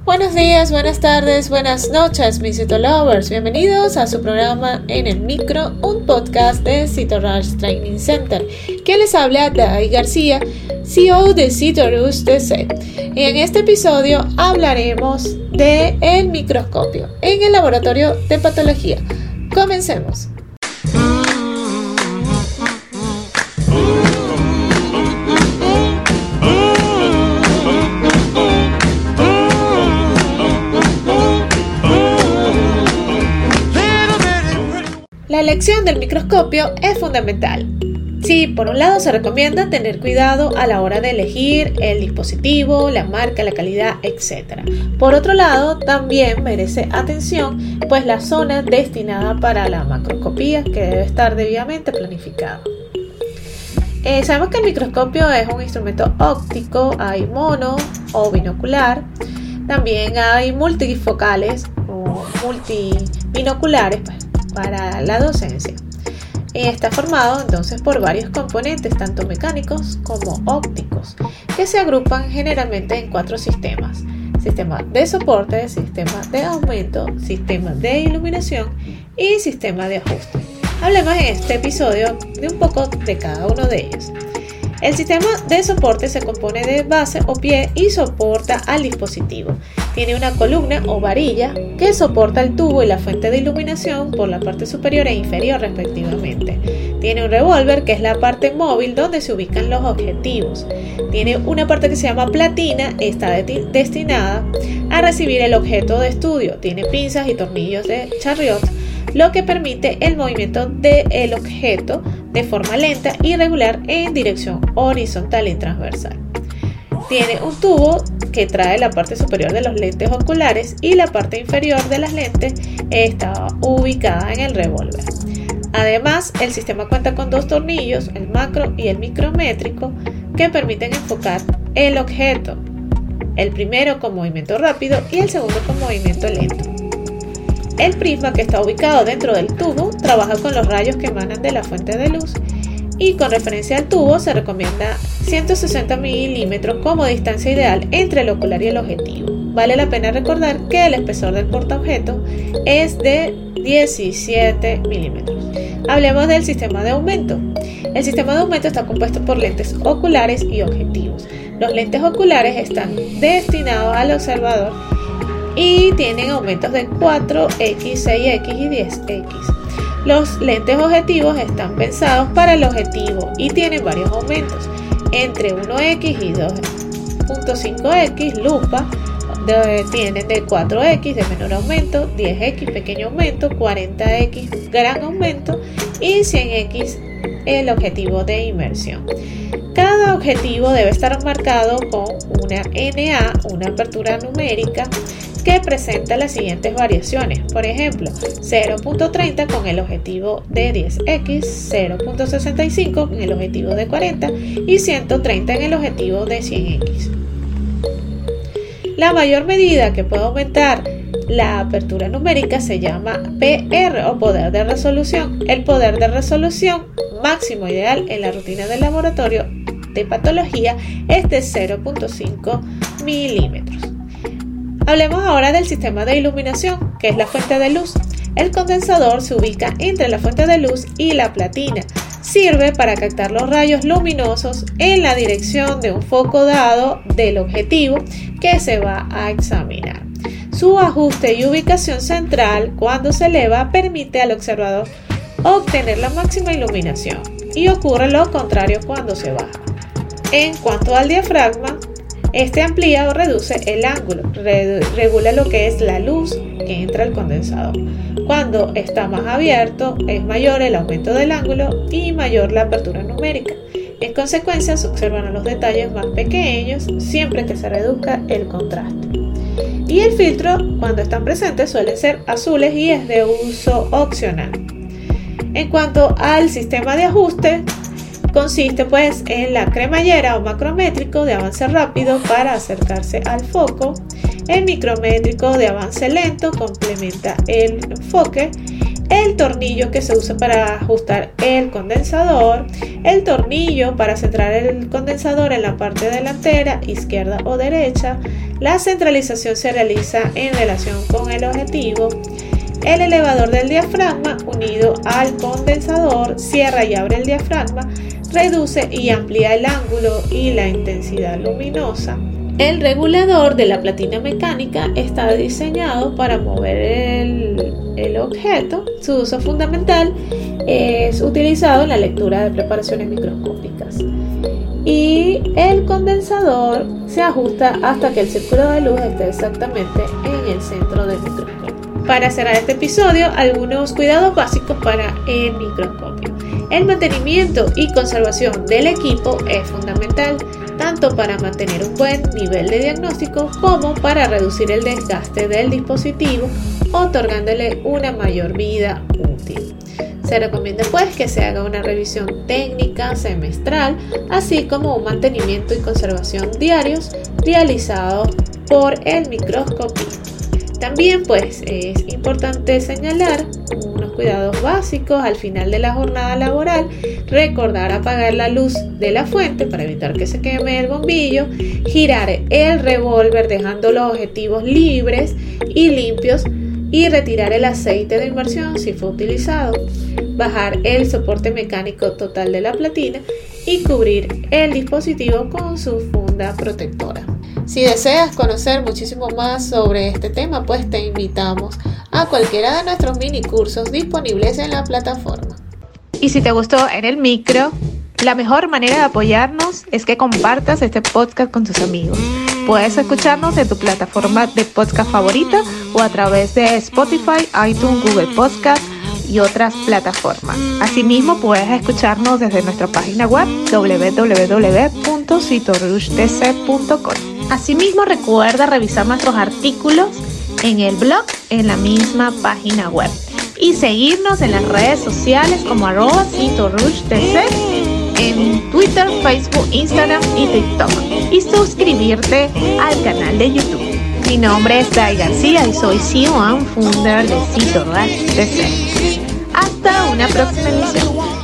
Buenos días, buenas tardes, buenas noches, mis CITO-Lovers. Bienvenidos a su programa En el Micro, un podcast de CITO-Rush Training Center. Quien les habla, Dai García, CEO de CITO-Rush TC. Y en este episodio hablaremos de el microscopio en el laboratorio de patología. Comencemos. La elección del microscopio es fundamental. Sí, por un lado se recomienda tener cuidado a la hora de elegir el dispositivo, la marca, la calidad, etc. Por otro lado, también merece atención, pues la zona destinada para la macroscopía, que debe estar debidamente planificada. Sabemos que el microscopio es un instrumento óptico, hay mono o binocular, también hay multifocales o multibinoculares, para la docencia. Está formado entonces por varios componentes, tanto mecánicos como ópticos, que se agrupan generalmente en 4 sistemas: sistema de soporte, sistema de aumento, sistema de iluminación y sistema de ajuste. Hablemos en este episodio de un poco de cada uno de ellos. El sistema de soporte se compone de base o pie y soporta al dispositivo. Tiene una columna o varilla que soporta el tubo y la fuente de iluminación por la parte superior e inferior respectivamente. Tiene un revólver, que es la parte móvil donde se ubican los objetivos. Tiene una parte que se llama platina, está destinada a recibir el objeto de estudio. Tiene pinzas y tornillos de Charriot, lo que permite el movimiento del objeto de forma lenta y regular en dirección horizontal y transversal. Tiene un tubo que trae la parte superior de los lentes oculares y la parte inferior de las lentes está ubicada en el revólver. Además, el sistema cuenta con 2 tornillos, el macro y el micrométrico, que permiten enfocar el objeto, el primero con movimiento rápido y el segundo con movimiento lento. El prisma, que está ubicado dentro del tubo, trabaja con los rayos que emanan de la fuente de luz, y con referencia al tubo se recomienda 160 milímetros como distancia ideal entre el ocular y el objetivo. Vale la pena recordar que el espesor del portaobjeto es de 17 milímetros. Hablemos del sistema de aumento. El sistema de aumento está compuesto por lentes oculares y objetivos. Los lentes oculares están destinados al observador y tienen aumentos de 4x, 6x y 10x. Los lentes objetivos están pensados para el objetivo y tienen varios aumentos, entre 1x y 2.5x. Lupa tienen de 4x de menor aumento, 10x pequeño aumento, 40x gran aumento y 100x el objetivo de inmersión. Cada objetivo debe estar marcado con una NA, una apertura numérica, que presenta las siguientes variaciones. Por ejemplo, 0.30 con el objetivo de 10x, 0.65 con el objetivo de 40 y 130 en el objetivo de 100x. La mayor medida que puede aumentar la apertura numérica se llama PR o poder de resolución. El poder de resolución máximo ideal en la rutina del laboratorio de patología es de 0.5 milímetros. Hablemos ahora del sistema de iluminación, que es la fuente de luz. El condensador se ubica entre la fuente de luz y la platina. Sirve para captar los rayos luminosos en la dirección de un foco dado del objetivo que se va a examinar. Su ajuste y ubicación central, cuando se eleva, permite al observador obtener la máxima iluminación, y ocurre lo contrario cuando se baja. En cuanto al diafragma, este amplía o reduce el ángulo, regula lo que es la luz que entra al condensador. Cuando está más abierto, es mayor el aumento del ángulo y mayor la apertura numérica. En consecuencia, se observan los detalles más pequeños siempre que se reduzca el contraste. Y el filtro, cuando están presentes, suelen ser azules y es de uso opcional. En cuanto al sistema de ajuste, consiste pues en la cremallera o macrométrico de avance rápido para acercarse al foco. El micrométrico de avance lento complementa el enfoque. El tornillo que se usa para ajustar el condensador. El tornillo para centrar el condensador en la parte delantera, izquierda o derecha. La centralización se realiza en relación con el objetivo. El elevador del diafragma unido al condensador cierra y abre el diafragma, reduce y amplía el ángulo y la intensidad luminosa. El regulador de la platina mecánica está diseñado para mover el objeto. Su uso fundamental es utilizado en la lectura de preparaciones microscópicas. Y el condensador se ajusta hasta que el círculo de luz esté exactamente en el centro del microscopio. Para cerrar este episodio, algunos cuidados básicos para el microscopio. El mantenimiento y conservación del equipo es fundamental, tanto para mantener un buen nivel de diagnóstico como para reducir el desgaste del dispositivo, otorgándole una mayor vida útil. Se recomienda pues que se haga una revisión técnica semestral, así como un mantenimiento y conservación diarios realizados por el microscopista. También pues es importante señalar unos cuidados básicos al final de la jornada laboral, recordar apagar la luz de la fuente para evitar que se queme el bombillo, girar el revólver dejando los objetivos libres y limpios y retirar el aceite de inmersión si fue utilizado, bajar el soporte mecánico total de la platina y cubrir el dispositivo con su funda protectora. Si deseas conocer muchísimo más sobre este tema, pues te invitamos a cualquiera de nuestros mini cursos disponibles en la plataforma. Y si te gustó en el micro, la mejor manera de apoyarnos es que compartas este podcast con tus amigos. Puedes escucharnos en tu plataforma de podcast favorita o a través de Spotify, iTunes, Google Podcast y otras plataformas. Asimismo, puedes escucharnos desde nuestra página web www.citorushdc.com. Asimismo, recuerda revisar nuestros artículos en el blog en la misma página web y seguirnos en las redes sociales como @citorushdc en Twitter, Facebook, Instagram y TikTok, y suscribirte al canal de YouTube. Mi nombre es Dai García y soy CEO and founder de CITORushdc. Hasta una próxima emisión.